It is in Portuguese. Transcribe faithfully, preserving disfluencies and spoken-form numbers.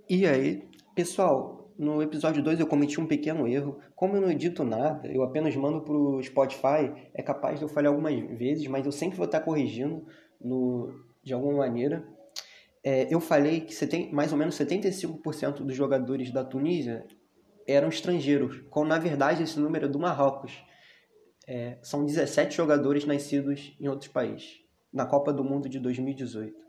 E aí, pessoal, no episódio dois eu cometi um pequeno erro. Como eu não edito nada, eu apenas mando pro Spotify, é capaz de eu falhar algumas vezes, mas eu sempre vou estar corrigindo no, de alguma maneira. É, eu falei que seten- mais ou menos setenta e cinco por cento dos jogadores da Tunísia eram estrangeiros, quando na verdade esse número é do Marrocos. É, são dezessete jogadores nascidos em outros países, na Copa do Mundo de dois mil e dezoito.